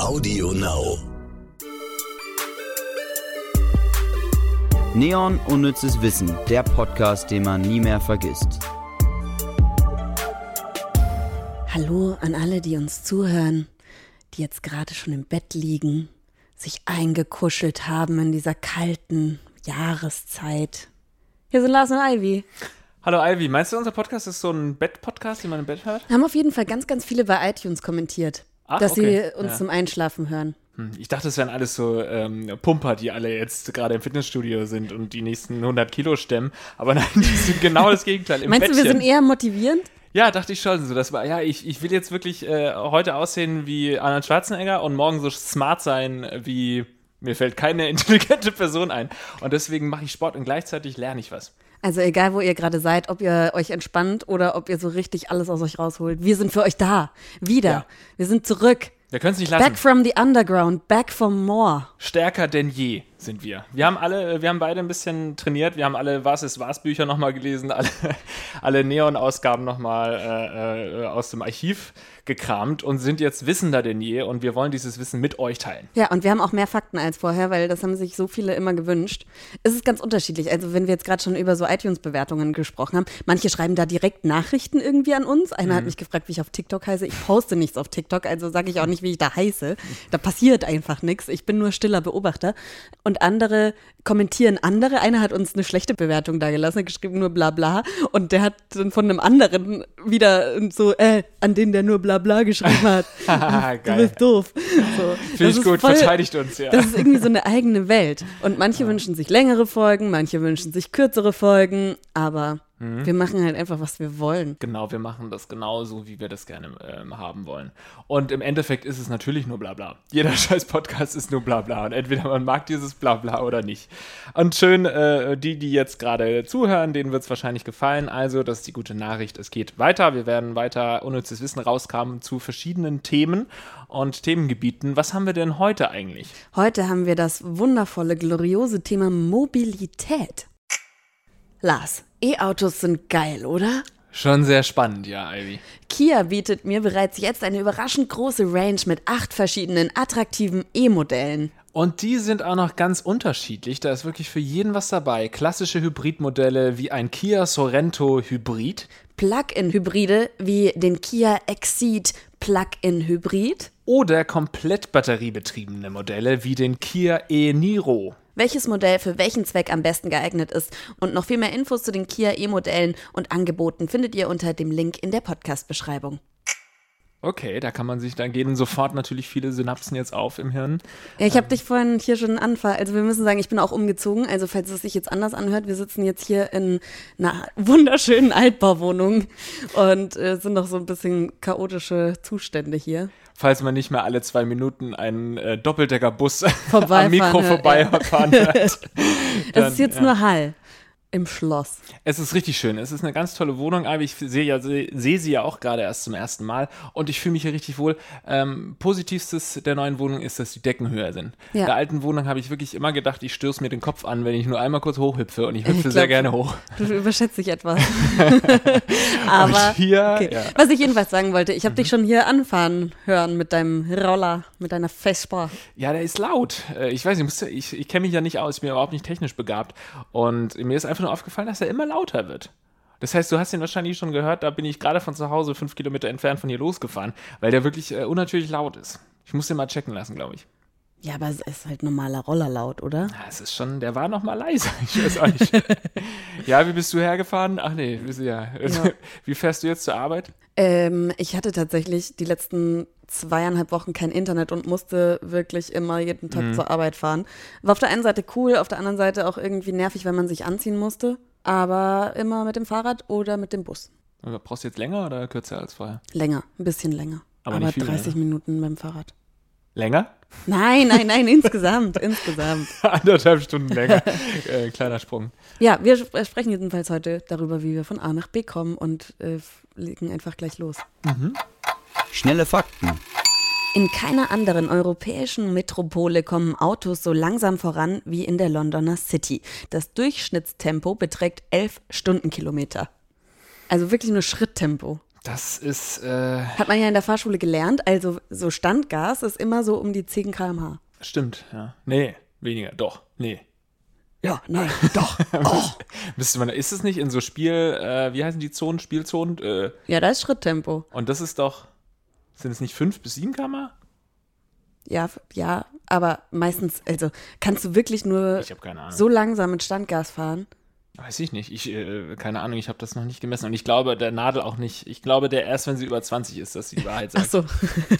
Audio Now. Neon Unnützes Wissen, der Podcast, den man nie mehr vergisst. Hallo an alle, die uns zuhören, die jetzt gerade schon im Bett liegen, sich eingekuschelt haben in dieser kalten Jahreszeit. Hier sind Lars und Ivy. Hallo Ivy, meinst du, unser Podcast ist so ein Bett-Podcast, den man im Bett hört? Haben auf jeden Fall ganz, ganz viele bei iTunes kommentiert, dass sie uns zum Einschlafen hören. Ich dachte, es wären alles so Pumper, die alle jetzt gerade im Fitnessstudio sind und die nächsten 100 Kilo stemmen. Aber nein, die sind genau das Gegenteil. Meinst du, wir sind eher motivierend? Ja, dachte ich schon. So, das war, ja, ich will jetzt wirklich heute aussehen wie Arnold Schwarzenegger und morgen so smart sein wie, mir fällt keine intelligente Person ein. Und deswegen mache ich Sport und gleichzeitig lerne ich was. Also egal, wo ihr gerade seid, ob ihr euch entspannt oder ob ihr so richtig alles aus euch rausholt. Wir sind für euch da. Wieder. Ja. Wir sind zurück. Wir können es nicht lassen. Back from the underground, back for more. Stärker denn je sind wir. Wir haben beide ein bisschen trainiert. Wir haben alle Was-ist-was-Bücher nochmal gelesen, alle Neon-Ausgaben nochmal aus dem Archiv gekramt und sind jetzt wissender denn je und wir wollen dieses Wissen mit euch teilen. Ja, und wir haben auch mehr Fakten als vorher, weil das haben sich so viele immer gewünscht. Es ist ganz unterschiedlich. Also wenn wir jetzt gerade schon über so iTunes-Bewertungen gesprochen haben, manche schreiben da direkt Nachrichten irgendwie an uns. Einer hat mich gefragt, wie ich auf TikTok heiße. Ich poste nichts auf TikTok, also sage ich auch nicht, wie ich da heiße. Da passiert einfach nichts. Ich bin nur stiller Beobachter. Und andere kommentieren andere. Einer hat uns eine schlechte Bewertung da gelassen, geschrieben nur bla bla. Und der hat dann von einem anderen wieder so, an den der nur bla bla geschrieben hat. Du bist doof. So. Finde ich gut, verteidigt uns, ja. Das ist irgendwie so eine eigene Welt. Und manche wünschen sich längere Folgen, manche wünschen sich kürzere Folgen, aber wir machen halt einfach, was wir wollen. Genau, wir machen das genauso, wie wir das gerne haben wollen. Und im Endeffekt ist es natürlich nur Blabla. Jeder scheiß Podcast ist nur Blabla. Und entweder man mag dieses Blabla oder nicht. Und schön, die jetzt gerade zuhören, denen wird es wahrscheinlich gefallen. Also, das ist die gute Nachricht. Es geht weiter. Wir werden weiter unnützes Wissen rauskramen zu verschiedenen Themen und Themengebieten. Was haben wir denn heute eigentlich? Heute haben wir das wundervolle, gloriose Thema Mobilität. Lars, E-Autos sind geil, oder? Schon sehr spannend, ja, Ivy. Kia bietet mir bereits jetzt eine überraschend große Range mit 8 verschiedenen attraktiven E-Modellen. Und die sind auch noch ganz unterschiedlich. Da ist wirklich für jeden was dabei. Klassische Hybridmodelle wie ein Kia Sorento Hybrid. Plug-in-Hybride wie den Kia Exceed Plug-in-Hybrid. Oder komplett batteriebetriebene Modelle wie den Kia e-Niro. Welches Modell für welchen Zweck am besten geeignet ist und noch viel mehr Infos zu den Kia E-Modellen und Angeboten findet ihr unter dem Link in der Podcast-Beschreibung. Okay, da gehen sofort natürlich viele Synapsen jetzt auf im Hirn. Ja, ich habe dich vorhin hier schon also wir müssen sagen, ich bin auch umgezogen, also falls es sich jetzt anders anhört, wir sitzen jetzt hier in einer wunderschönen Altbauwohnung und sind noch so ein bisschen chaotische Zustände hier. Falls man nicht mehr alle 2 Minuten einen Doppeldeckerbus am Mikro vorbeifahren hört. Das ist jetzt nur Hall im Schloss. Es ist richtig schön. Es ist eine ganz tolle Wohnung, aber ich sehe sie ja auch gerade erst zum ersten Mal und ich fühle mich hier richtig wohl. Positivstes der neuen Wohnung ist, dass die Decken höher sind. Ja. Der alten Wohnung habe ich wirklich immer gedacht, ich stöße mir den Kopf an, wenn ich nur einmal kurz hochhüpfe und ich hüpfe sehr gerne hoch. Du überschätzt dich etwas. Aber hier, okay. Ja. Was ich jedenfalls sagen wollte, ich habe dich schon hier anfahren hören mit deinem Roller, mit deiner Vespa. Ja, der ist laut. Ich weiß nicht, ich kenne mich ja nicht aus, ich bin überhaupt nicht technisch begabt und mir ist einfach nur aufgefallen, dass er immer lauter wird. Das heißt, du hast ihn wahrscheinlich schon gehört, da bin ich gerade von zu Hause 5 Kilometer entfernt von hier losgefahren, weil der wirklich unnatürlich laut ist. Ich muss den mal checken lassen, glaube ich. Ja, aber es ist halt normaler Rollerlaut, oder? Ja, es ist schon, der war noch mal leiser, ich weiß auch nicht. Ja, wie bist du hergefahren? Ach nee, ja. Wie fährst du jetzt zur Arbeit? Ich hatte tatsächlich die letzten 2,5 Wochen kein Internet und musste wirklich immer jeden Tag zur Arbeit fahren. War auf der einen Seite cool, auf der anderen Seite auch irgendwie nervig, weil man sich anziehen musste. Aber immer mit dem Fahrrad oder mit dem Bus. Brauchst du jetzt länger oder kürzer als vorher? Länger, ein bisschen länger. Aber nicht viel 30 länger. Minuten beim Fahrrad. Länger? Nein, insgesamt. 1,5 Stunden länger. Kleiner Sprung. Ja, wir sprechen jedenfalls heute darüber, wie wir von A nach B kommen und legen einfach gleich los. Schnelle Fakten. In keiner anderen europäischen Metropole kommen Autos so langsam voran wie in der Londoner City. Das Durchschnittstempo beträgt 11 Stundenkilometer. Also wirklich nur Schritttempo. Das ist, Hat man ja in der Fahrschule gelernt. Also so Standgas ist immer so um die 10 km/h. stimmt, ja. Nee, weniger, doch, nee. Ja, nein, doch. Ist es nicht in so wie heißen die Zonen, Spielzonen? Ja, da ist Schritttempo. Und das ist doch, sind es nicht 5 bis 7 km? Ja, aber meistens, also kannst du wirklich nur Ich habe keine Ahnung. so langsam mit Standgas fahren? Weiß ich nicht. Keine Ahnung, ich habe das noch nicht gemessen. Und ich glaube, der Nadel auch nicht. Ich glaube, der erst, wenn sie über 20 ist, dass sie die Wahrheit sagt. Ach so.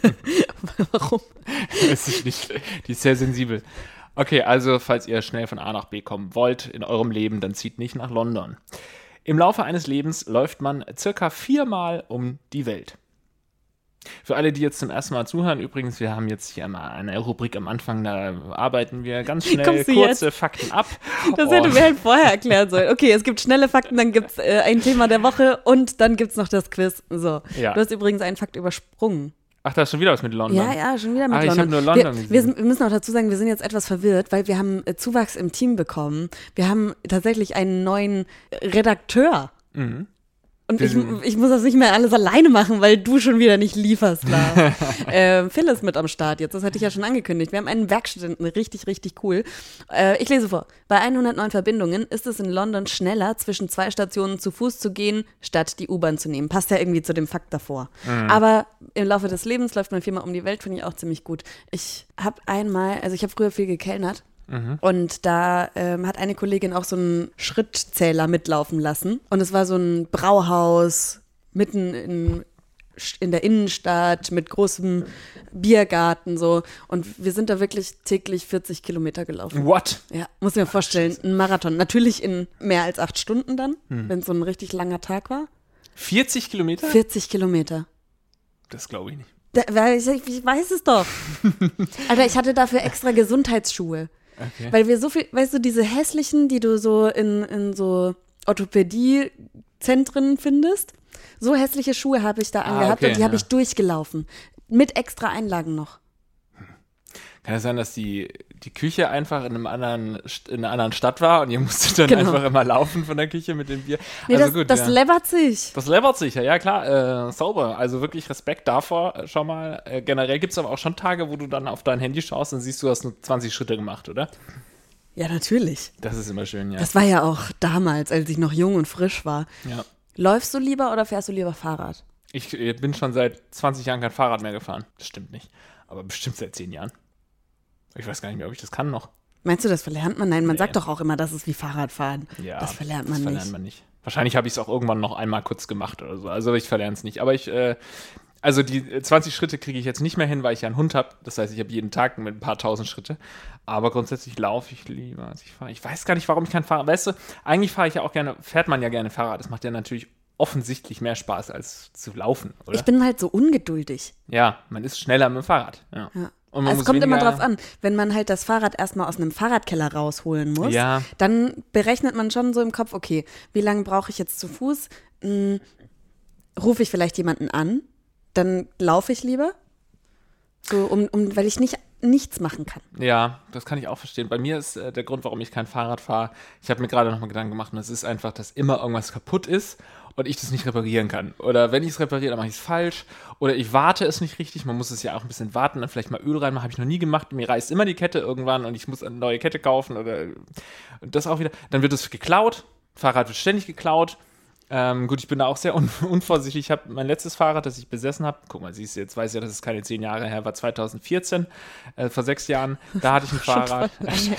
Warum? Weiß ich nicht. Die ist sehr sensibel. Okay, also, falls ihr schnell von A nach B kommen wollt in eurem Leben, dann zieht nicht nach London. Im Laufe eines Lebens läuft man circa 4-mal um die Welt. Für alle, die jetzt zum ersten Mal zuhören, übrigens, wir haben jetzt hier mal eine Rubrik am Anfang, da arbeiten wir ganz schnell kurze Fakten ab. Das hätte mir halt vorher erklären sollen. Okay, es gibt schnelle Fakten, dann gibt es ein Thema der Woche und dann gibt es noch das Quiz. So. Ja. Du hast übrigens einen Fakt übersprungen. Ach, da ist schon wieder was mit London. Ja, schon wieder mit ich London. habe nur London gesehen. Wir müssen auch dazu sagen, wir sind jetzt etwas verwirrt, weil wir haben Zuwachs im Team bekommen. Wir haben tatsächlich einen neuen Redakteur. Mhm. Und ich muss das nicht mehr alles alleine machen, weil du schon wieder nicht lieferst, Lars. Phil ist mit am Start jetzt, das hatte ich ja schon angekündigt. Wir haben einen Werkstudenten, richtig, richtig cool. Ich lese vor. Bei 109 Verbindungen ist es in London schneller, zwischen 2 Stationen zu Fuß zu gehen, statt die U-Bahn zu nehmen. Passt ja irgendwie zu dem Fakt davor. Aber im Laufe des Lebens läuft man 4-mal um die Welt, finde ich auch ziemlich gut. Ich habe früher viel gekellnert. Und da hat eine Kollegin auch so einen Schrittzähler mitlaufen lassen. Und es war so ein Brauhaus mitten in der Innenstadt mit großem Biergarten so. Und wir sind da wirklich täglich 40 Kilometer gelaufen. What? Ja, muss ich mir vorstellen. Ein Marathon. Natürlich in mehr als 8 Stunden dann, wenn es so ein richtig langer Tag war. 40 Kilometer? 40 Kilometer. Das glaube ich nicht. Ich weiß es doch. Alter, ich hatte dafür extra Gesundheitsschuhe. Okay. Weil wir so viel, weißt du, diese hässlichen, die du so in so Orthopädiezentren findest, so hässliche Schuhe habe ich da angehabt und die habe ich durchgelaufen. Mit extra Einlagen noch. Kann es sein, dass die Küche einfach in einer anderen Stadt war und ihr musstet dann einfach immer laufen von der Küche mit dem Bier? Nee, also das läppert sich. Das läppert sich, ja klar, sauber. Also wirklich Respekt davor schon mal. Generell gibt es aber auch schon Tage, wo du dann auf dein Handy schaust und siehst, du hast nur 20 Schritte gemacht, oder? Ja, natürlich. Das ist immer schön, ja. Das war ja auch damals, als ich noch jung und frisch war. Ja. Läufst du lieber oder fährst du lieber Fahrrad? Ich bin schon seit 20 Jahren kein Fahrrad mehr gefahren. Das stimmt nicht. Aber bestimmt seit 10 Jahren. Ich weiß gar nicht mehr, ob ich das kann noch. Meinst du, das verlernt man? Nein, man sagt doch auch immer, das ist wie Fahrradfahren. Ja, das verlernt man nicht. Wahrscheinlich habe ich es auch irgendwann noch einmal kurz gemacht oder so. Also ich verlerne es nicht. Aber also die 20 Schritte kriege ich jetzt nicht mehr hin, weil ich ja einen Hund habe. Das heißt, ich habe jeden Tag mit ein paar tausend Schritte. Aber grundsätzlich laufe ich lieber, als ich fahre. Ich weiß gar nicht, warum ich kein Fahrrad. Weißt du, eigentlich fährt man ja gerne Fahrrad. Das macht ja natürlich offensichtlich mehr Spaß als zu laufen, oder? Ich bin halt so ungeduldig. Ja, man ist schneller mit dem Fahrrad. Ja. Und es kommt immer drauf an, wenn man halt das Fahrrad erstmal aus einem Fahrradkeller rausholen muss, dann berechnet man schon so im Kopf, okay, wie lange brauche ich jetzt zu Fuß? Rufe ich vielleicht jemanden an? Dann laufe ich lieber, so weil ich nichts machen kann. Ja, das kann ich auch verstehen. Bei mir ist der Grund, warum ich kein Fahrrad fahre, ich habe mir gerade noch mal Gedanken gemacht und es ist einfach, dass immer irgendwas kaputt ist und ich das nicht reparieren kann. Oder wenn ich es repariere, dann mache ich es falsch. Oder ich warte es nicht richtig. Man muss es ja auch ein bisschen warten, dann vielleicht mal Öl reinmachen. Habe ich noch nie gemacht. Mir reißt immer die Kette irgendwann und ich muss eine neue Kette kaufen. Und das auch wieder. Dann wird es geklaut. Fahrrad wird ständig geklaut. Gut, ich bin da auch sehr unvorsichtig. Ich habe mein letztes Fahrrad, das ich besessen habe, guck mal, siehst du, jetzt weiß ich ja, dass es keine 10 Jahre her war, 2014, vor 6 Jahren, da hatte ich ein Fahrrad.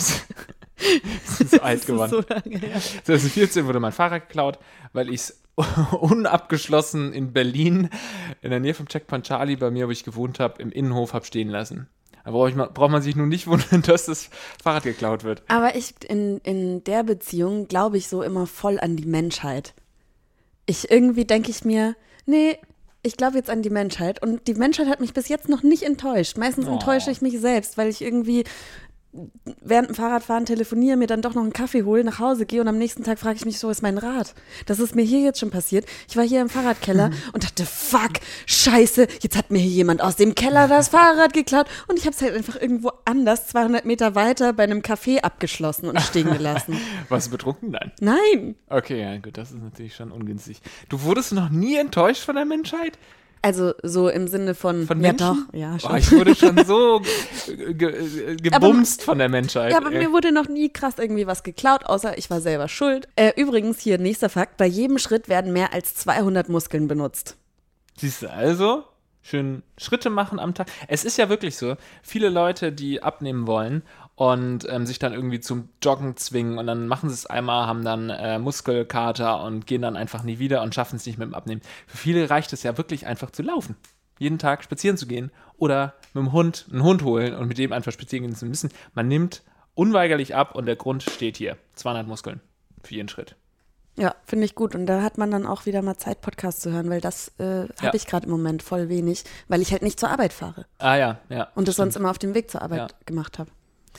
Ich bin so alt geworden. So lange, ja. 2014 wurde mein Fahrrad geklaut, weil ich es unabgeschlossen in Berlin, in der Nähe vom Checkpoint Charlie, bei mir, wo ich gewohnt habe, im Innenhof habe stehen lassen. Da braucht man sich nun nicht wundern, dass das Fahrrad geklaut wird. Aber in der Beziehung glaube ich so immer voll an die Menschheit. Irgendwie denke ich mir, nee, ich glaube jetzt an die Menschheit. Und die Menschheit hat mich bis jetzt noch nicht enttäuscht. Meistens enttäusche ich mich selbst, weil ich irgendwie während dem Fahrradfahren telefoniere, mir dann doch noch einen Kaffee hole, nach Hause gehe und am nächsten Tag frage ich mich so, ist mein Rad? Das ist mir hier jetzt schon passiert. Ich war hier im Fahrradkeller und dachte, fuck, scheiße, jetzt hat mir hier jemand aus dem Keller das Fahrrad geklaut und ich habe es halt einfach irgendwo anders, 200 Meter weiter bei einem Café abgeschlossen und stehen gelassen. Warst du betrunken? Nein. Nein. Okay, ja gut, das ist natürlich schon ungünstig. Du wurdest noch nie enttäuscht von der Menschheit? Also so im Sinne von Von ja Menschen? doch, ja schon. Oh, ich wurde schon so gebumst von der Menschheit. Ja, aber mir wurde noch nie krass irgendwie was geklaut, außer ich war selber schuld. Übrigens, hier nächster Fakt, bei jedem Schritt werden mehr als 200 Muskeln benutzt. Siehst du, also schön Schritte machen am Tag. Es ist ja wirklich so, viele Leute, die abnehmen wollen und sich dann irgendwie zum Joggen zwingen und dann machen sie es einmal, haben dann Muskelkater und gehen dann einfach nie wieder und schaffen es nicht mit dem Abnehmen. Für viele reicht es ja wirklich einfach zu laufen. Jeden Tag spazieren zu gehen oder mit dem Hund einen Hund holen und mit dem einfach spazieren gehen zu müssen. Man nimmt unweigerlich ab und der Grund steht hier. 200 Muskeln für jeden Schritt. Ja, finde ich gut. Und da hat man dann auch wieder mal Zeit, Podcast zu hören, weil das habe ich gerade im Moment voll wenig, weil ich halt nicht zur Arbeit fahre. Ah ja, ja. Und das sonst immer auf dem Weg zur Arbeit gemacht habe.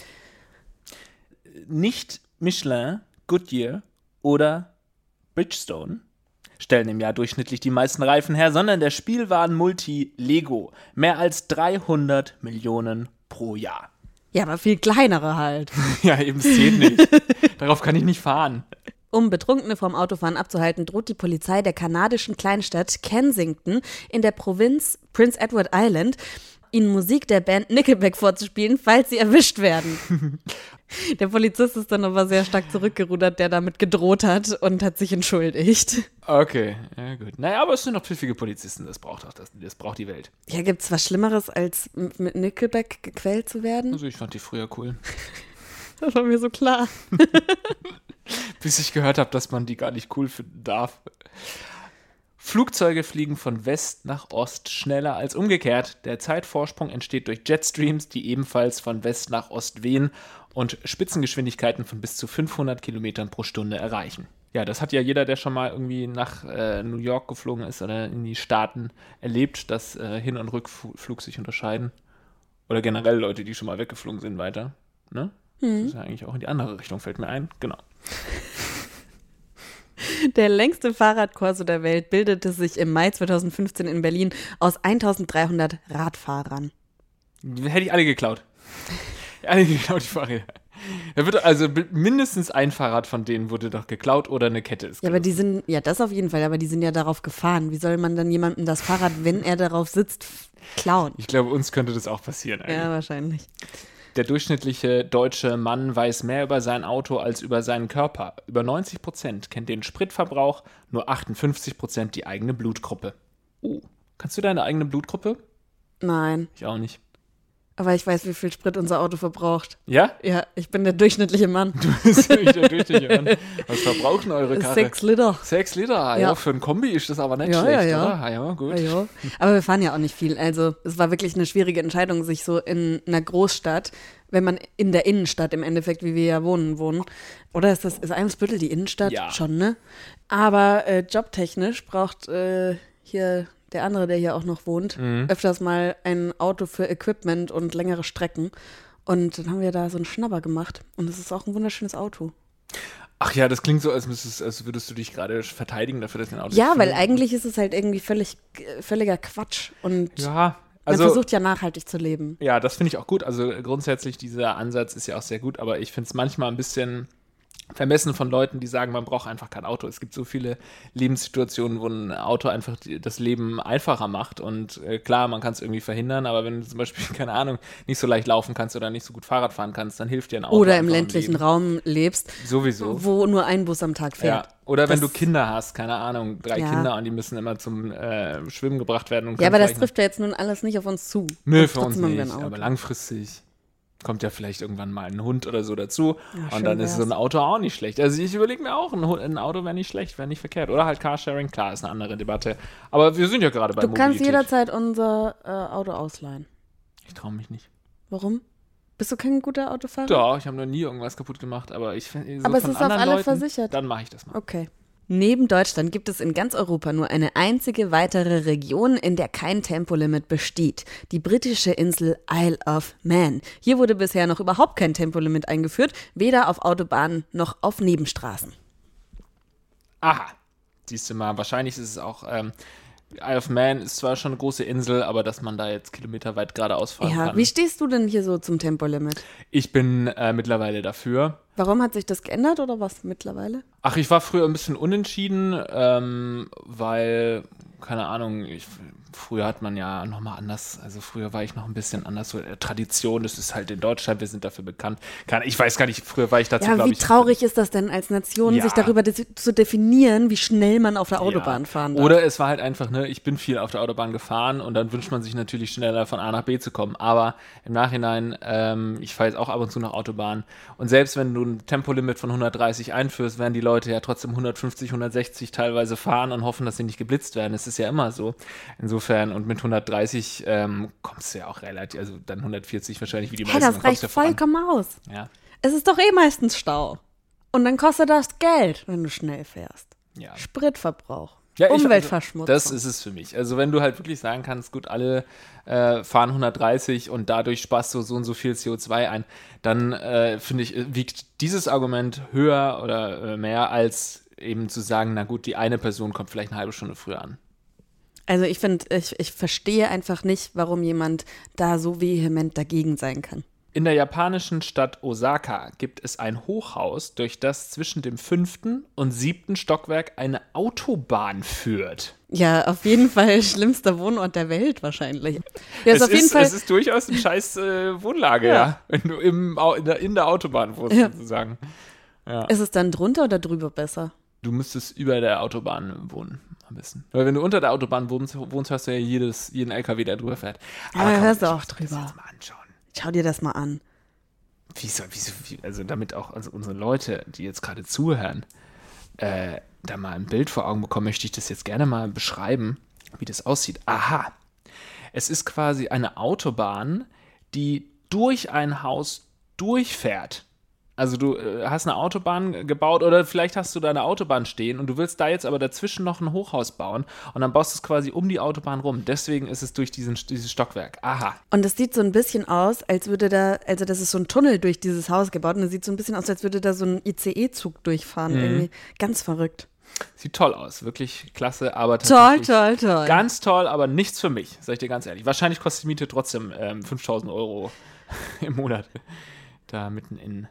Nicht Michelin, Goodyear oder Bridgestone stellen im Jahr durchschnittlich die meisten Reifen her, sondern der Spielwaren-Multi Lego. Mehr als 300 Millionen pro Jahr. Ja, aber viel kleinere halt. Ja, eben, es zählt nicht. Darauf kann ich nicht fahren. Um Betrunkene vom Autofahren abzuhalten, droht die Polizei der kanadischen Kleinstadt Kensington in der Provinz Prince Edward Island, ihnen Musik der Band Nickelback vorzuspielen, falls sie erwischt werden. Der Polizist ist dann aber sehr stark zurückgerudert, der damit gedroht hat und hat sich entschuldigt. Okay, ja gut. Naja, aber es sind noch pfiffige Polizisten, das braucht die Welt. Ja, gibt's was Schlimmeres, als mit Nickelback gequält zu werden? Also ich fand die früher cool. Das war mir so klar. Bis ich gehört habe, dass man die gar nicht cool finden darf. Flugzeuge fliegen von West nach Ost schneller als umgekehrt. Der Zeitvorsprung entsteht durch Jetstreams, die ebenfalls von West nach Ost wehen und Spitzengeschwindigkeiten von bis zu 500 Kilometern pro Stunde erreichen. Ja, das hat ja jeder, der schon mal irgendwie nach New York geflogen ist oder in die Staaten erlebt, dass Hin- und Rückflug sich unterscheiden. Oder generell Leute, die schon mal weggeflogen sind, weiter. Ne? Das ist ja eigentlich auch in die andere Richtung, fällt mir ein. Genau. Der längste Fahrradkorso der Welt bildete sich im Mai 2015 in Berlin aus 1300 Radfahrern. Hätte ich alle geklaut. Alle geklaut, die Fahrräder. Da wird also mindestens ein Fahrrad von denen wurde doch geklaut oder eine Kette ist. Ja, aber die sind, ja, das auf jeden Fall, aber die sind ja darauf gefahren. Wie soll man dann jemandem das Fahrrad, wenn er darauf sitzt, klauen? Ich glaube, uns könnte das auch passieren eigentlich. Ja, wahrscheinlich. Der durchschnittliche deutsche Mann weiß mehr über sein Auto als über seinen Körper. Über 90% kennt den Spritverbrauch, nur 58% die eigene Blutgruppe. Oh, kannst du deine eigene Blutgruppe? Nein, Ich auch nicht. aber ich weiß, wie viel Sprit unser Auto verbraucht. Ja? Ja, ich bin der durchschnittliche Mann. Du bist nicht der durchschnittliche Mann. Was verbrauchen eure Karre? 6 Liter. 6 Liter, ja. Ja. Für ein Kombi ist das aber nicht Ja, schlecht, ja. oder? Ja, gut. Ja, ja. Aber wir fahren ja auch nicht viel. Also es war wirklich eine schwierige Entscheidung, sich so in einer Großstadt, wenn man in der Innenstadt im Endeffekt, wie wir ja wohnen. Oder ist Eimsbüttel die Innenstadt? Ja. Schon, ne? Aber jobtechnisch braucht hier der andere, der hier auch noch wohnt, öfters mal ein Auto für Equipment und längere Strecken. Und dann haben wir da so einen Schnabber gemacht. Und es ist auch ein wunderschönes Auto. Ach ja, das klingt so, als würdest du dich gerade verteidigen dafür, dass dein Auto Ja, so weil viel- eigentlich ist es halt irgendwie völliger Quatsch. Und Ja, man also... versucht ja nachhaltig zu leben. Ja, das finde ich auch gut. Also grundsätzlich, dieser Ansatz ist ja auch sehr gut, aber ich finde es manchmal ein bisschen vermessen von Leuten, die sagen, man braucht einfach kein Auto. Es gibt so viele Lebenssituationen, wo ein Auto einfach das Leben einfacher macht und klar, man kann es irgendwie verhindern, aber wenn du zum Beispiel, keine Ahnung, nicht so leicht laufen kannst oder nicht so gut Fahrrad fahren kannst, dann hilft dir ein Auto. Oder im einfach ländlichen Leben. Raum lebst, Sowieso. wo nur ein Bus am Tag fährt. Ja. Oder wenn Das- du Kinder hast, keine Ahnung, 3 Ja. Kinder und die müssen immer zum Schwimmen gebracht werden. Und Ja, können aber das vielleicht- trifft ja jetzt nun alles nicht auf uns zu. Nö, Und für uns trotzdem haben wir nicht, ein Auto. aber langfristig kommt ja vielleicht irgendwann mal ein Hund oder so dazu Ja, und schön dann ist so ein wär's. Auto auch nicht schlecht. Also ich überlege mir auch, ein Auto wäre nicht schlecht, wäre nicht verkehrt. Oder halt Carsharing, klar, ist eine andere Debatte. Aber wir sind ja gerade bei Du kannst Mobilität. jederzeit unser Auto ausleihen. Ich traue mich nicht. Warum? Bist du kein guter Autofahrer? Doch, ich habe noch nie irgendwas kaputt gemacht, aber ich finde, so Aber es von ist auf anderen alle Leuten, versichert. dann mache ich das mal. Okay. Neben Deutschland gibt es in ganz Europa nur eine einzige weitere Region, in der kein Tempolimit besteht. Die britische Insel Isle of Man. Hier wurde bisher noch überhaupt kein Tempolimit eingeführt, weder auf Autobahnen noch auf Nebenstraßen. Aha, siehst du mal, wahrscheinlich ist es auch, Isle of Man ist zwar schon eine große Insel, aber dass man da jetzt kilometerweit geradeaus fahren kann. Wie stehst du denn hier so zum Tempolimit? Ich bin mittlerweile dafür. Warum hat sich das geändert oder was mittlerweile? Ach, ich war früher ein bisschen unentschieden, weil, keine Ahnung, früher hat man ja nochmal anders, also früher war ich noch ein bisschen anders, so Tradition, das ist halt in Deutschland, wir sind dafür bekannt. Ich weiß gar nicht, früher war ich dazu, glaube ich. Wie traurig ist das denn als Nation, sich darüber zu definieren, wie schnell man auf der Autobahn fahren darf? Oder es war halt einfach, ich bin viel auf der Autobahn gefahren und dann wünscht man sich natürlich schneller von A nach B zu kommen. Aber im Nachhinein, ich fahre jetzt auch ab und zu nach Autobahn und selbst wenn du ein Tempolimit von 130 einführst, werden die Leute ja trotzdem 150, 160 teilweise fahren und hoffen, dass sie nicht geblitzt werden. Das ist ja immer so. Insofern, und mit 130 kommst du ja auch relativ, also dann 140 wahrscheinlich wie die meisten. Das reicht vollkommen aus. Ja. Es ist doch meistens Stau. Und dann kostet das Geld, wenn du schnell fährst. Ja. Spritverbrauch. Ja, Umweltverschmutzung. Das ist es für mich. Also wenn du halt wirklich sagen kannst, gut, alle fahren 130 und dadurch sparst du so und so viel CO2 ein, dann finde ich, wiegt dieses Argument höher oder mehr als eben zu sagen, na gut, die eine Person kommt vielleicht eine halbe Stunde früher an. Also ich finde, ich verstehe einfach nicht, warum jemand da so vehement dagegen sein kann. In der japanischen Stadt Osaka gibt es ein Hochhaus, durch das zwischen dem 5. und 7. Stockwerk eine Autobahn führt. Ja, auf jeden Fall schlimmster Wohnort der Welt wahrscheinlich. Ja, es ist durchaus eine scheiß Wohnlage, ja. Wenn du in der Autobahn wohnst, sozusagen. Ja. Ist es dann drunter oder drüber besser? Du müsstest über der Autobahn wohnen. Am besten. Weil wenn du unter der Autobahn wohnst, hast du ja jeden LKW, der drüber fährt. Aber hörst du auch drüber. Das mal anschauen. Schau dir das mal an. Also damit auch unsere Leute, die jetzt gerade zuhören, da mal ein Bild vor Augen bekommen, möchte ich das jetzt gerne mal beschreiben, wie das aussieht. Aha. Es ist quasi eine Autobahn, die durch ein Haus durchfährt. Also du hast eine Autobahn gebaut oder vielleicht hast du da eine Autobahn stehen und du willst da jetzt aber dazwischen noch ein Hochhaus bauen und dann baust du es quasi um die Autobahn rum. Deswegen ist es durch dieses Stockwerk. Aha. Und es sieht so ein bisschen aus, als würde das ist so ein Tunnel durch dieses Haus gebaut und es sieht so ein bisschen aus, als würde da so ein ICE-Zug durchfahren. Irgendwie ganz verrückt. Sieht toll aus, wirklich klasse, aber tatsächlich toll. Ganz toll, aber nichts für mich, sag ich dir ganz ehrlich. Wahrscheinlich kostet die Miete trotzdem 5.000 € im Monat. Da mitten in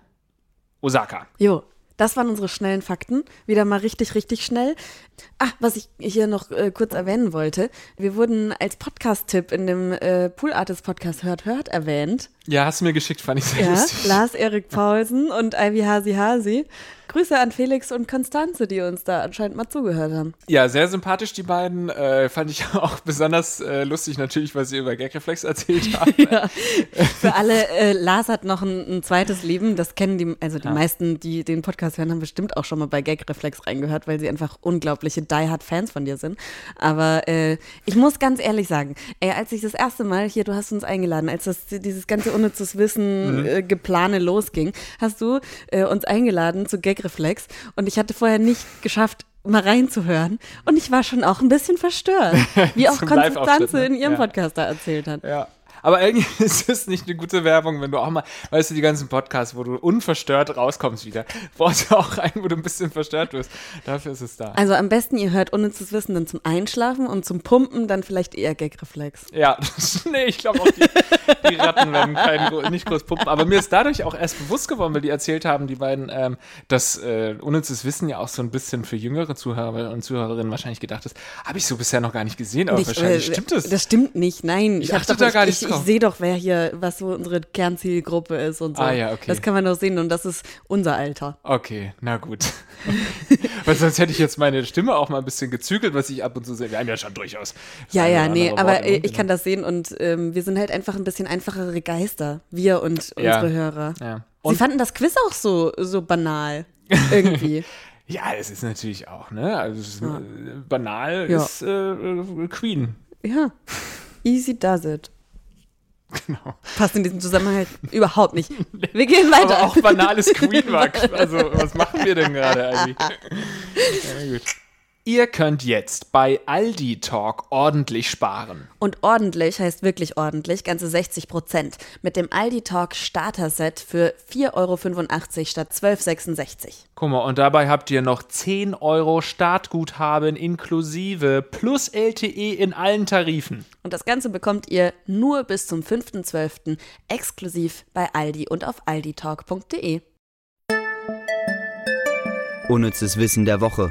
Osaka. Jo, das waren unsere schnellen Fakten. Wieder mal richtig, richtig schnell. Was ich hier noch kurz erwähnen wollte. Wir wurden als Podcast-Tipp in dem Pool Artist Podcast Hört erwähnt. Ja, hast du mir geschickt, fand ich sehr lustig. Lars-Erik Paulsen und Ivy Hasi. Grüße an Felix und Konstanze, die uns da anscheinend mal zugehört haben. Ja, sehr sympathisch, die beiden. Fand ich auch besonders lustig, natürlich, weil sie über Gagreflex erzählt haben. Ja. Für alle, Lars hat noch ein zweites Leben. Das kennen die meisten, die den Podcast hören, haben bestimmt auch schon mal bei Gagreflex reingehört, weil sie einfach unglaubliche Die-Hard-Fans von dir sind. Aber ich muss ganz ehrlich sagen, als ich das erste Mal hier, du hast uns eingeladen, als dieses ganze unnützes Wissen Geplane losging, hast du uns eingeladen zu Gagreflex und ich hatte vorher nicht geschafft, mal reinzuhören und ich war schon auch ein bisschen verstört, wie auch Konstanze in ihrem Podcast da erzählt hat. Ja. Aber irgendwie ist es nicht eine gute Werbung, wenn du auch mal, weißt du, die ganzen Podcasts, wo du unverstört rauskommst wieder, brauchst du auch einen, wo du ein bisschen verstört wirst. Dafür ist es da. Also am besten, ihr hört unnützes Wissen dann zum Einschlafen und zum Pumpen dann vielleicht eher Gagreflex. Ja, ich glaube auch, die Ratten werden nicht groß pumpen. Aber mir ist dadurch auch erst bewusst geworden, weil die erzählt haben, die beiden, dass unnützes Wissen ja auch so ein bisschen für jüngere Zuhörer und Zuhörerinnen wahrscheinlich gedacht ist. Habe ich so bisher noch gar nicht gesehen, aber wahrscheinlich stimmt es. Das stimmt nicht, nein. Ich achte da gar nicht drauf. Ich sehe doch, was so unsere Kernzielgruppe ist und so. Ja, okay. Das kann man doch sehen und das ist unser Alter. Okay, na gut. Weil sonst hätte ich jetzt meine Stimme auch mal ein bisschen gezügelt, was ich ab und zu sehe. Wir haben ja schon durchaus. Aber ich kann das sehen und wir sind halt einfach ein bisschen einfachere Geister. Wir und unsere Hörer. Ja. Sie fanden das Quiz auch so banal. Irgendwie. Ja, es ist natürlich auch, ne? Also banal ist Queen. Ja. Easy does it. Genau. Passt in diesem Zusammenhang halt überhaupt nicht. Wir gehen weiter. Aber auch banales Queen-Work. Also, was machen wir denn gerade eigentlich? Ja, gut. Ihr könnt jetzt bei Aldi Talk ordentlich sparen. Und ordentlich heißt wirklich ordentlich, ganze 60%. Mit dem Aldi Talk Starter-Set für 4,85 € statt 12,66 €. Guck mal, und dabei habt ihr noch 10 € Startguthaben inklusive plus LTE in allen Tarifen. Und das Ganze bekommt ihr nur bis zum 5.12. exklusiv bei Aldi und auf alditalk.de. Unnützes Wissen der Woche.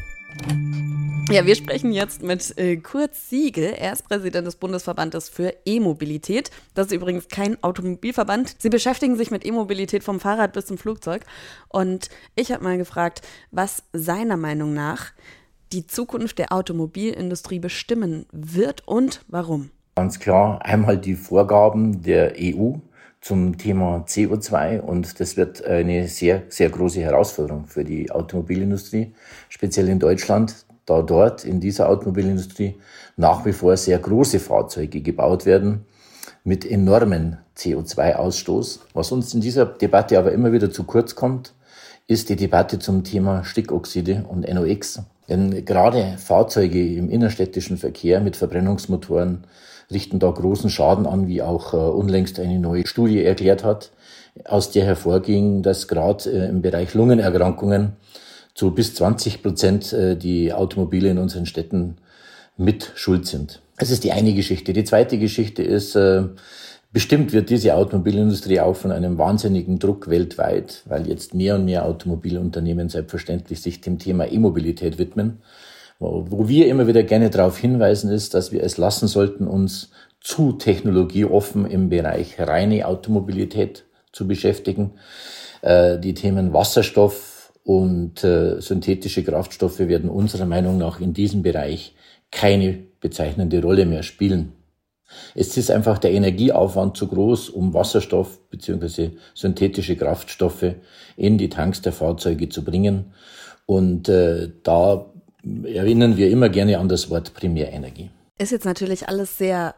Ja, wir sprechen jetzt mit Kurt Siegel. Er ist Präsident des Bundesverbandes für E-Mobilität. Das ist übrigens kein Automobilverband. Sie beschäftigen sich mit E-Mobilität vom Fahrrad bis zum Flugzeug. Und ich habe mal gefragt, was seiner Meinung nach die Zukunft der Automobilindustrie bestimmen wird und warum. Ganz klar, einmal die Vorgaben der EU zum Thema CO2 und das wird eine sehr, sehr große Herausforderung für die Automobilindustrie, speziell in Deutschland, da dort in dieser Automobilindustrie nach wie vor sehr große Fahrzeuge gebaut werden mit enormen CO2-Ausstoß. Was uns in dieser Debatte aber immer wieder zu kurz kommt, ist die Debatte zum Thema Stickoxide und NOx. Denn gerade Fahrzeuge im innerstädtischen Verkehr mit Verbrennungsmotoren richten da großen Schaden an, wie auch unlängst eine neue Studie erklärt hat, aus der hervorging, dass gerade im Bereich Lungenerkrankungen zu bis 20% die Automobile in unseren Städten mit schuld sind. Das ist die eine Geschichte. Die zweite Geschichte ist, bestimmt wird diese Automobilindustrie auch von einem wahnsinnigen Druck weltweit, weil jetzt mehr und mehr Automobilunternehmen selbstverständlich sich dem Thema E-Mobilität widmen. Wo wir immer wieder gerne darauf hinweisen, ist, dass wir es lassen sollten, uns zu technologieoffen im Bereich reine Automobilität zu beschäftigen. Die Themen Wasserstoff und synthetische Kraftstoffe werden unserer Meinung nach in diesem Bereich keine bezeichnende Rolle mehr spielen. Es ist einfach der Energieaufwand zu groß, um Wasserstoff bzw. synthetische Kraftstoffe in die Tanks der Fahrzeuge zu bringen. Und da erinnern wir immer gerne an das Wort Primärenergie. Ist jetzt natürlich alles sehr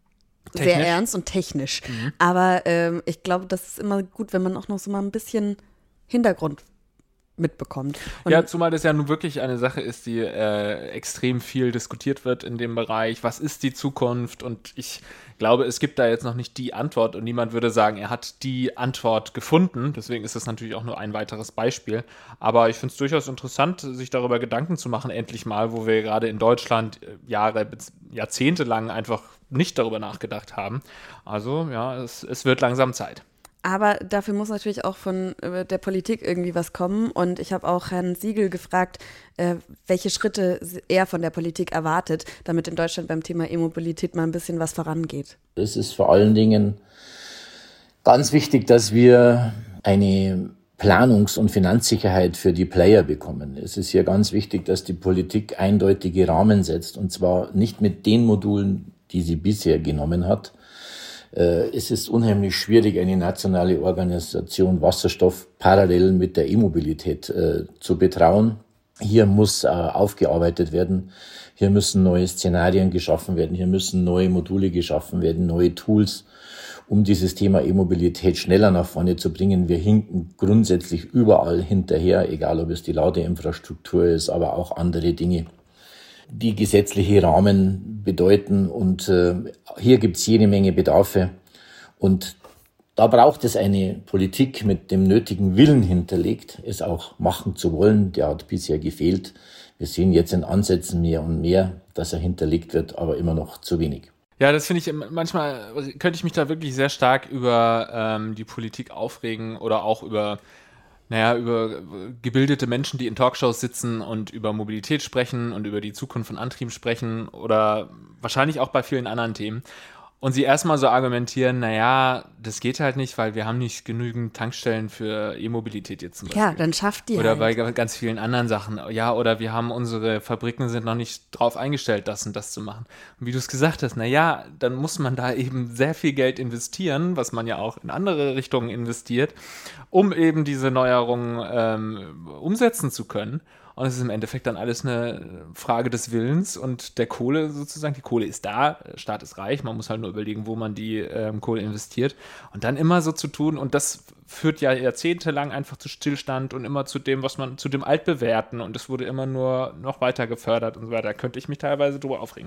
ernst und technisch. Aber ich glaube, das ist immer gut, wenn man auch noch so mal ein bisschen Hintergrund mitbekommt. Und ja, zumal das ja nun wirklich eine Sache ist, die extrem viel diskutiert wird in dem Bereich. Was ist die Zukunft? Und ich glaube, es gibt da jetzt noch nicht die Antwort und niemand würde sagen, er hat die Antwort gefunden. Deswegen ist das natürlich auch nur ein weiteres Beispiel. Aber ich finde es durchaus interessant, sich darüber Gedanken zu machen, endlich mal, wo wir gerade in Deutschland Jahrzehnte lang einfach nicht darüber nachgedacht haben. Also ja, es wird langsam Zeit. Aber dafür muss natürlich auch von der Politik irgendwie was kommen. Und ich habe auch Herrn Siegel gefragt, welche Schritte er von der Politik erwartet, damit in Deutschland beim Thema E-Mobilität mal ein bisschen was vorangeht. Es ist vor allen Dingen ganz wichtig, dass wir eine Planungs- und Finanzsicherheit für die Player bekommen. Es ist hier ganz wichtig, dass die Politik eindeutige Rahmen setzt. Und zwar nicht mit den Modulen, die sie bisher genommen hat. Es ist unheimlich schwierig, eine nationale Organisation Wasserstoff parallel mit der E-Mobilität zu betrauen. Hier muss aufgearbeitet werden. Hier müssen neue Szenarien geschaffen werden. Hier müssen neue Module geschaffen werden, neue Tools, um dieses Thema E-Mobilität schneller nach vorne zu bringen. Wir hinken grundsätzlich überall hinterher, egal ob es die Ladeinfrastruktur ist, aber auch andere Dinge, die gesetzliche Rahmen bedeuten. Und hier gibt es jede Menge Bedarfe. Und da braucht es eine Politik mit dem nötigen Willen hinterlegt, es auch machen zu wollen. Der hat bisher gefehlt. Wir sehen jetzt in Ansätzen mehr und mehr, dass er hinterlegt wird, aber immer noch zu wenig. Ja, das finde ich, manchmal könnte ich mich da wirklich sehr stark über die Politik aufregen oder auch über gebildete Menschen, die in Talkshows sitzen und über Mobilität sprechen und über die Zukunft von Antrieben sprechen oder wahrscheinlich auch bei vielen anderen Themen. Und sie erstmal so argumentieren, das geht halt nicht, weil wir haben nicht genügend Tankstellen für E-Mobilität jetzt zum Beispiel. Ja, dann schafft die oder halt. bei ganz vielen anderen Sachen. Ja, oder wir haben unsere Fabriken sind noch nicht drauf eingestellt, das und das zu machen. Und wie du es gesagt hast, dann muss man da eben sehr viel Geld investieren, was man ja auch in andere Richtungen investiert, um eben diese Neuerungen umsetzen zu können. Und es ist im Endeffekt dann alles eine Frage des Willens und der Kohle sozusagen. Die Kohle ist da, der Staat ist reich, man muss halt nur überlegen, wo man die Kohle investiert. Und dann immer so zu tun, und das führt ja jahrzehntelang einfach zu Stillstand und immer zu dem, zu dem Altbewährten. Und es wurde immer nur noch weiter gefördert und so weiter. Da könnte ich mich teilweise drüber aufregen.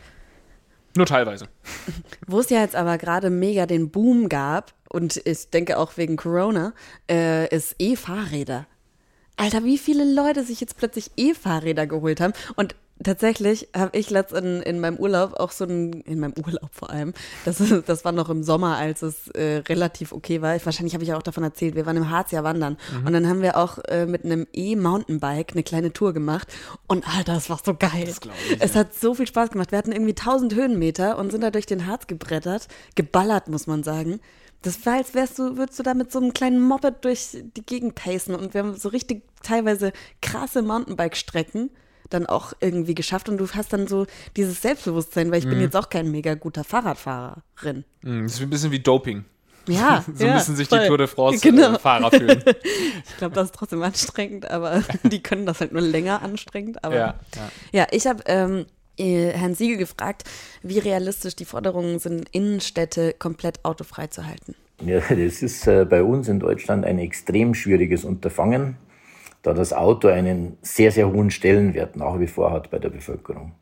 Nur teilweise. Wo es ja jetzt aber gerade mega den Boom gab, und ich denke auch wegen Corona, ist E-Fahrräder. Alter, wie viele Leute sich jetzt plötzlich E-Fahrräder geholt haben. Und tatsächlich habe ich letztens in meinem Urlaub auch in meinem Urlaub vor allem, das war noch im Sommer, als es relativ okay war. Wahrscheinlich habe ich auch davon erzählt, wir waren im Harz ja wandern. Und dann haben wir auch mit einem E-Mountainbike eine kleine Tour gemacht. Und Alter, das war so geil. Das glaub ich, es hat so viel Spaß gemacht. Wir hatten irgendwie 1000 Höhenmeter und sind da durch den Harz geballert, muss man sagen. Das war, als würdest du da mit so einem kleinen Moped durch die Gegend pacen. Und wir haben so richtig teilweise krasse Mountainbike-Strecken dann auch irgendwie geschafft. Und du hast dann so dieses Selbstbewusstsein, weil ich bin jetzt auch kein mega guter Fahrradfahrerin. Das ist ein bisschen wie Doping. Ja, so müssen sich die voll. Tour de France Genau. Fahrer fühlen. Ich glaube, das ist trotzdem anstrengend, aber die können das halt nur länger anstrengend. Aber ja, ich habe Herrn Siegel gefragt, wie realistisch die Forderungen sind, Innenstädte komplett autofrei zu halten. Ja, das ist bei uns in Deutschland ein extrem schwieriges Unterfangen, da das Auto einen sehr, sehr hohen Stellenwert nach wie vor hat bei der Bevölkerung.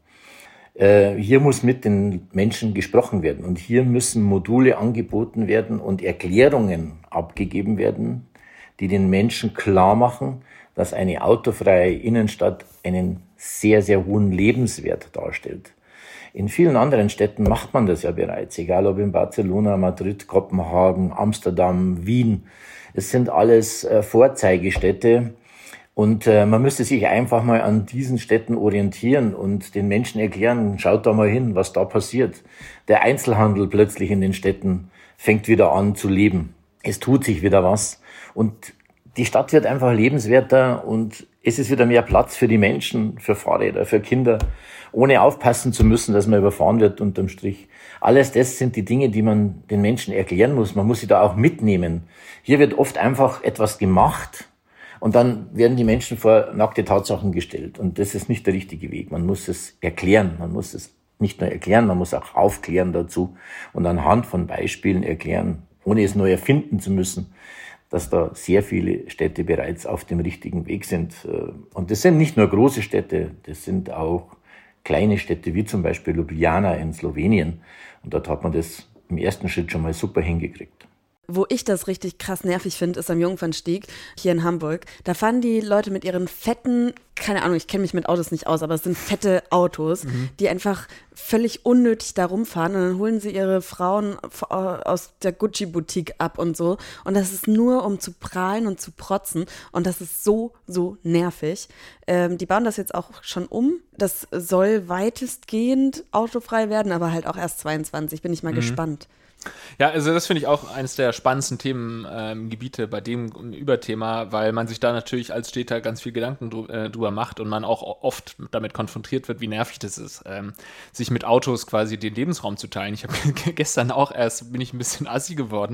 Hier muss mit den Menschen gesprochen werden und hier müssen Module angeboten werden und Erklärungen abgegeben werden, die den Menschen klar machen, dass eine autofreie Innenstadt einen sehr, sehr hohen Lebenswert darstellt. In vielen anderen Städten macht man das ja bereits, egal ob in Barcelona, Madrid, Kopenhagen, Amsterdam, Wien. Es sind alles Vorzeigestädte und man müsste sich einfach mal an diesen Städten orientieren und den Menschen erklären, schaut da mal hin, was da passiert. Der Einzelhandel plötzlich in den Städten fängt wieder an zu leben. Es tut sich wieder was und die Stadt wird einfach lebenswerter und es ist wieder mehr Platz für die Menschen, für Fahrräder, für Kinder, ohne aufpassen zu müssen, dass man überfahren wird unterm Strich. Alles das sind die Dinge, die man den Menschen erklären muss. Man muss sie da auch mitnehmen. Hier wird oft einfach etwas gemacht und dann werden die Menschen vor nackte Tatsachen gestellt. Und das ist nicht der richtige Weg. Man muss es erklären. Man muss es nicht nur erklären, man muss auch aufklären dazu und anhand von Beispielen erklären, ohne es neu erfinden zu müssen, dass da sehr viele Städte bereits auf dem richtigen Weg sind. Und das sind nicht nur große Städte, das sind auch kleine Städte, wie zum Beispiel Ljubljana in Slowenien. Und dort hat man das im ersten Schritt schon mal super hingekriegt. Wo ich das richtig krass nervig finde, ist am Jungfernstieg hier in Hamburg. Da fahren die Leute mit ihren fetten, keine Ahnung, ich kenne mich mit Autos nicht aus, aber es sind fette Autos, die einfach völlig unnötig da rumfahren und dann holen sie ihre Frauen aus der Gucci-Boutique ab und so. Und das ist nur, um zu prahlen und zu protzen. Und das ist so, so nervig. Die bauen das jetzt auch schon um. Das soll weitestgehend autofrei werden, aber halt auch erst 22. Bin ich mal gespannt. Ja, also das finde ich auch eines der spannendsten Themengebiete bei dem Überthema, weil man sich da natürlich als Städter ganz viel Gedanken drüber macht und man auch oft damit konfrontiert wird, wie nervig das ist, sich mit Autos quasi den Lebensraum zu teilen. Ich habe gestern auch bin ich ein bisschen assi geworden.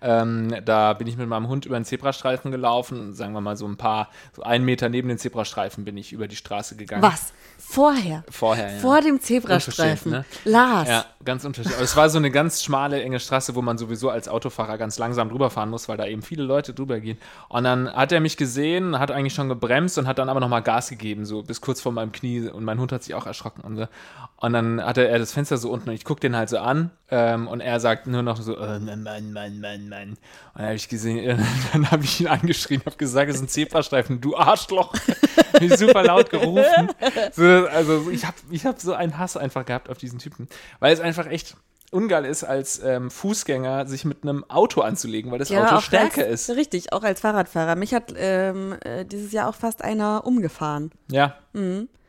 Da bin ich mit meinem Hund über den Zebrastreifen gelaufen, sagen wir mal so einen Meter neben den Zebrastreifen bin ich über die Straße gegangen. Was? Vorher, ja. Vor dem Zebrastreifen. Ne? Lars. Ja, ganz unterschiedlich. Aber es war so eine ganz schmale, enge Straße, wo man sowieso als Autofahrer ganz langsam drüber fahren muss, weil da eben viele Leute drüber gehen. Und dann hat er mich gesehen, hat eigentlich schon gebremst und hat dann aber nochmal Gas gegeben, so bis kurz vor meinem Knie. Und mein Hund hat sich auch erschrocken. Und so. Und dann hatte er das Fenster so unten und ich gucke den halt so an und er sagt nur noch so, Mann. Und dann habe ich gesehen, dann habe ich ihn angeschrien, habe gesagt, es ist ein Zebrastreifen, du Arschloch. Hab ich super laut gerufen. So, also ich hab so einen Hass einfach gehabt auf diesen Typen, weil es einfach echt ungeil ist, als Fußgänger sich mit einem Auto anzulegen, weil das Auto stärker ist. Richtig, auch als Fahrradfahrer. Mich hat dieses Jahr auch fast einer umgefahren. Ja.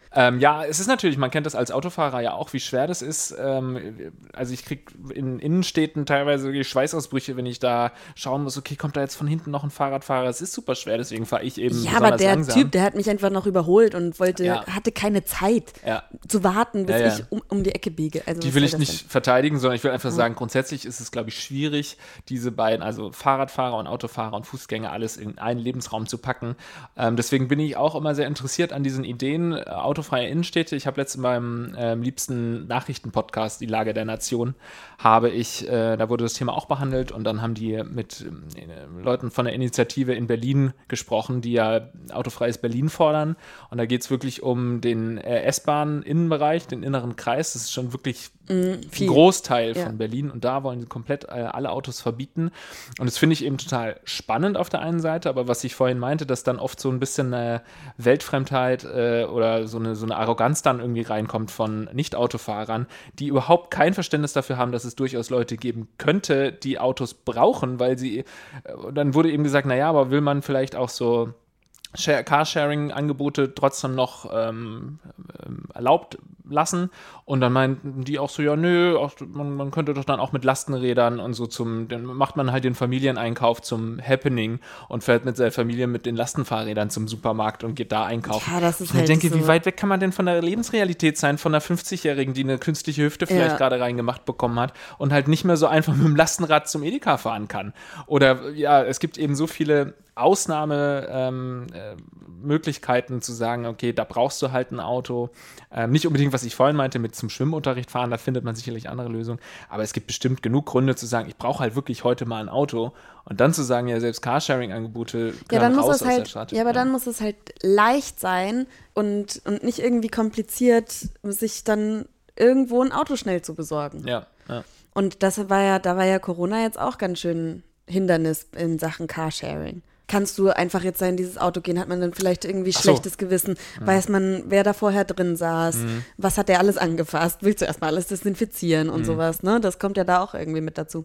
Ja, es ist natürlich, man kennt das als Autofahrer ja auch, wie schwer das ist. Also ich kriege in Innenstädten teilweise Schweißausbrüche, wenn ich da schauen muss, okay, kommt da jetzt von hinten noch ein Fahrradfahrer? Es ist super schwer, deswegen fahre ich eben Ja, aber der langsam. Typ, der hat mich einfach noch überholt und hatte keine Zeit zu warten, bis ich um die Ecke biege. Also, die will ich nicht verteidigen, sondern ich will einfach sagen, grundsätzlich ist es, glaube ich, schwierig, diese beiden, also Fahrradfahrer und Autofahrer und Fußgänger, alles in einen Lebensraum zu packen. Deswegen bin ich auch immer sehr interessiert an diesen Ideen, autofreie Innenstädte. Ich habe letztens beim liebsten Nachrichtenpodcast, Die Lage der Nation, da wurde das Thema auch behandelt und dann haben die mit Leuten von der Initiative in Berlin gesprochen, die ja autofreies Berlin fordern. Und da geht es wirklich um den S-Bahn-Innenbereich, den inneren Kreis. Das ist schon wirklich ein Großteil von Berlin und da wollen sie komplett alle Autos verbieten. Und das finde ich eben total spannend auf der einen Seite, aber was ich vorhin meinte, dass dann oft so ein bisschen Weltfremdheit oder so eine Arroganz dann irgendwie reinkommt von Nicht-Autofahrern, die überhaupt kein Verständnis dafür haben, dass es durchaus Leute geben könnte, die Autos brauchen, weil dann wurde eben gesagt, naja, aber will man vielleicht auch so Carsharing-Angebote trotzdem noch erlaubt lassen. Und dann meinten die auch so, ja, nö, man könnte doch dann auch mit Lastenrädern und so dann macht man halt den Familieneinkauf zum Happening und fährt mit seiner Familie mit den Lastenfahrrädern zum Supermarkt und geht da einkaufen. Ja, das ist und ich denke, wie weit weg kann man denn von der Lebensrealität sein, von einer 50-Jährigen, die eine künstliche Hüfte vielleicht gerade reingemacht bekommen hat und halt nicht mehr so einfach mit dem Lastenrad zum Edeka fahren kann. Oder ja, es gibt eben so viele Ausnahmemöglichkeiten zu sagen, okay, da brauchst du halt ein Auto. Nicht unbedingt, was ich vorhin meinte, mit zum Schwimmunterricht fahren, da findet man sicherlich andere Lösungen. Aber es gibt bestimmt genug Gründe zu sagen, ich brauche halt wirklich heute mal ein Auto. Und dann zu sagen, ja, selbst Carsharing-Angebote können raus aus der Stadt. Ja, aber dann muss es halt leicht sein und nicht irgendwie kompliziert, sich dann irgendwo ein Auto schnell zu besorgen. Ja. Und da war ja Corona jetzt auch ganz schön Hindernis in Sachen Carsharing. Kannst du einfach jetzt in dieses Auto gehen, hat man dann vielleicht irgendwie schlechtes Gewissen, weiß man, wer da vorher drin saß, was hat der alles angefasst, willst du erstmal alles desinfizieren und sowas, ne? Das kommt ja da auch irgendwie mit dazu.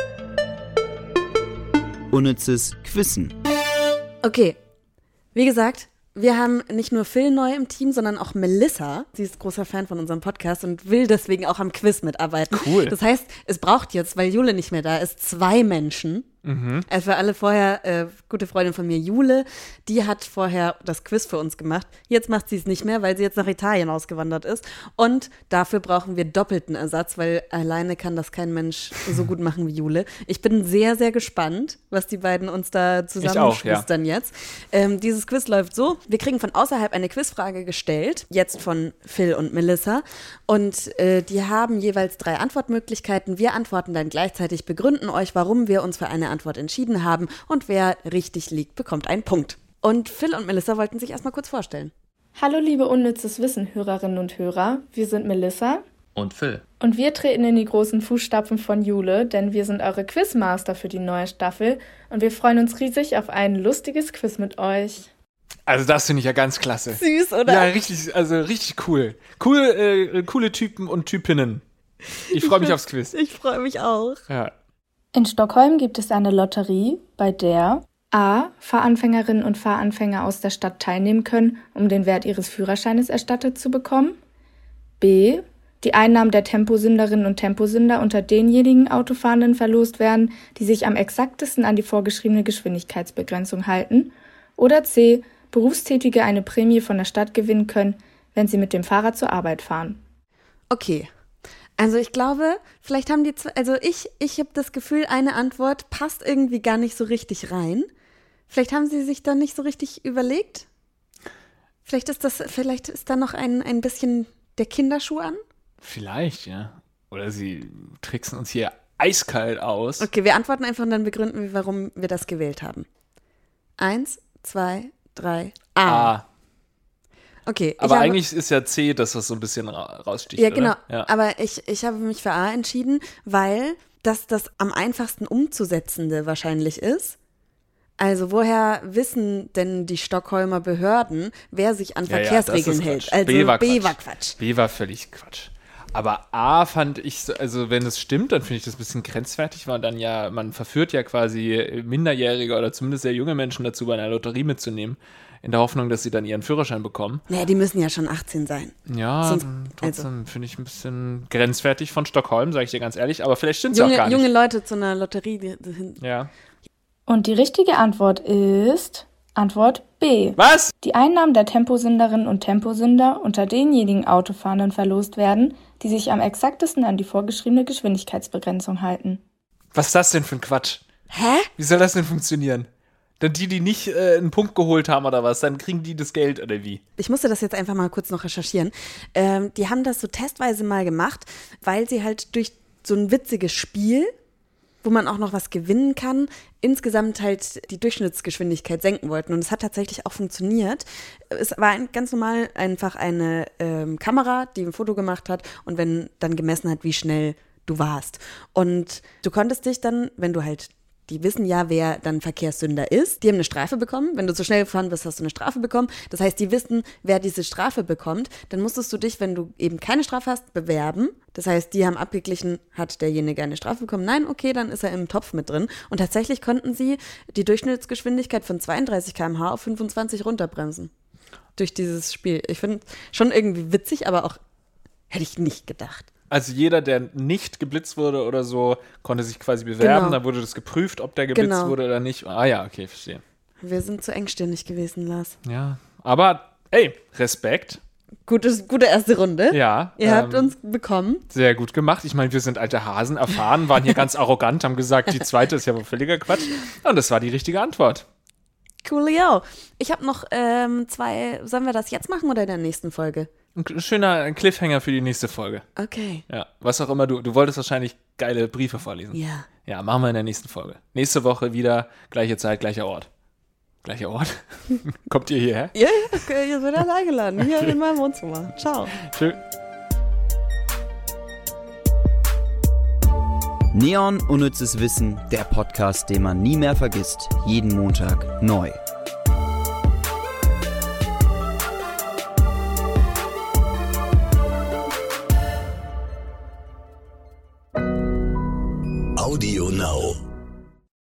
Unnützes Quissen. Okay, wie gesagt, wir haben nicht nur Phil neu im Team, sondern auch Melissa. Sie ist großer Fan von unserem Podcast und will deswegen auch am Quiz mitarbeiten. Cool. Das heißt, es braucht jetzt, weil Jule nicht mehr da ist, 2 Menschen. Also für alle vorher, gute Freundin von mir, Jule, die hat vorher das Quiz für uns gemacht. Jetzt macht sie es nicht mehr, weil sie jetzt nach Italien ausgewandert ist. Und dafür brauchen wir doppelten Ersatz, weil alleine kann das kein Mensch so gut machen wie Jule. Ich bin sehr, sehr gespannt, was die beiden uns da zusammenschwistern jetzt. Dieses Quiz läuft so, wir kriegen von außerhalb eine Quizfrage gestellt, jetzt von Phil und Melissa. Und die haben jeweils 3 Antwortmöglichkeiten. Wir antworten dann gleichzeitig, begründen euch, warum wir uns für eine Antwort entschieden haben und wer richtig liegt, bekommt einen Punkt. Und Phil und Melissa wollten sich erstmal kurz vorstellen. Hallo liebe unnützes Wissen-Hörerinnen und Hörer, wir sind Melissa und Phil. Und wir treten in die großen Fußstapfen von Jule, denn wir sind eure Quizmaster für die neue Staffel und wir freuen uns riesig auf ein lustiges Quiz mit euch. Also das finde ich ja ganz klasse. Süß, oder? Ja, richtig cool. Coole Typen und Typinnen. Ich freue mich aufs Quiz. Ich freue mich auch. Ja. In Stockholm gibt es eine Lotterie, bei der a. Fahranfängerinnen und Fahranfänger aus der Stadt teilnehmen können, um den Wert ihres Führerscheines erstattet zu bekommen. b. Die Einnahmen der Temposünderinnen und Temposünder unter denjenigen Autofahrenden verlost werden, die sich am exaktesten an die vorgeschriebene Geschwindigkeitsbegrenzung halten. Oder c. Berufstätige eine Prämie von der Stadt gewinnen können, wenn sie mit dem Fahrrad zur Arbeit fahren. Okay. Also ich glaube, vielleicht haben die zwei, also ich habe das Gefühl, eine Antwort passt irgendwie gar nicht so richtig rein. Vielleicht haben sie sich da nicht so richtig überlegt. Vielleicht ist da noch ein bisschen der Kinderschuh an. Vielleicht, ja. Oder sie tricksen uns hier eiskalt aus. Okay, wir antworten einfach und dann begründen wir, warum wir das gewählt haben. 1, 2, 3, A. Okay. Aber eigentlich ist ja C, dass das so ein bisschen raussticht, ja, genau. Oder? Ja. Aber ich habe mich für A entschieden, weil das am einfachsten umzusetzende wahrscheinlich ist. Also woher wissen denn die Stockholmer Behörden, wer sich an Verkehrsregeln hält? Also B war Quatsch. B war völlig Quatsch. Aber A fand ich, also wenn es stimmt, dann finde ich das ein bisschen grenzwertig, weil dann ja, man verführt ja quasi Minderjährige oder zumindest sehr junge Menschen dazu, bei einer Lotterie mitzunehmen, in der Hoffnung, dass sie dann ihren Führerschein bekommen. Naja, die müssen ja schon 18 sein. Ja, Sonst, trotzdem finde ich ein bisschen grenzwertig von Stockholm, sage ich dir ganz ehrlich, aber vielleicht stimmt es auch gar nicht. Junge Leute zu einer Lotterie. Ja. Und die richtige Antwort ist Antwort B. Was? Die Einnahmen der Temposünderinnen und Temposünder unter denjenigen Autofahrenden verlost werden, die sich am exaktesten an die vorgeschriebene Geschwindigkeitsbegrenzung halten. Was ist das denn für ein Quatsch? Hä? Wie soll das denn funktionieren? Dann die nicht einen Punkt geholt haben oder was, dann kriegen die das Geld oder wie? Ich musste das jetzt einfach mal kurz noch recherchieren. Die haben das so testweise mal gemacht, weil sie halt durch so ein witziges Spiel, wo man auch noch was gewinnen kann, insgesamt halt die Durchschnittsgeschwindigkeit senken wollten. Und es hat tatsächlich auch funktioniert. Es war ganz normal einfach eine Kamera, die ein Foto gemacht hat und wenn dann gemessen hat, wie schnell du warst. Und du konntest dich dann, wenn du halt, die wissen ja, wer dann Verkehrssünder ist. Die haben eine Strafe bekommen. Wenn du zu schnell gefahren bist, hast du eine Strafe bekommen. Das heißt, die wissen, wer diese Strafe bekommt. Dann musstest du dich, wenn du eben keine Strafe hast, bewerben. Das heißt, die haben abgeglichen, hat derjenige eine Strafe bekommen? Nein, okay, dann ist er im Topf mit drin. Und tatsächlich konnten sie die Durchschnittsgeschwindigkeit von 32 km/h auf 25 runterbremsen. Durch dieses Spiel. Ich finde schon irgendwie witzig, aber auch hätte ich nicht gedacht. Also jeder, der nicht geblitzt wurde oder so, konnte sich quasi bewerben. Genau. Dann wurde das geprüft, ob der geblitzt wurde oder nicht. Ah ja, okay, verstehe. Wir sind zu engstirnig gewesen, Lars. Ja, aber ey, Respekt. Gute erste Runde. Ja. Ihr habt uns bekommen. Sehr gut gemacht. Ich meine, wir sind alte Hasen, erfahren, waren hier ganz arrogant, haben gesagt, die zweite ist ja wohl völliger Quatsch. Und das war die richtige Antwort. Coolio. Ich habe noch 2, sollen wir das jetzt machen oder in der nächsten Folge? Ein schöner Cliffhanger für die nächste Folge. Okay. Ja, was auch immer du wolltest wahrscheinlich geile Briefe vorlesen. Ja. Ja, machen wir in der nächsten Folge. Nächste Woche wieder, gleiche Zeit, gleicher Ort. Gleicher Ort? Kommt ihr hierher? Ja, okay, ihr seid alle eingeladen. Hier in meinem Wohnzimmer. Ciao. Tschö. Neon Unnützes Wissen, der Podcast, den man nie mehr vergisst. Jeden Montag neu.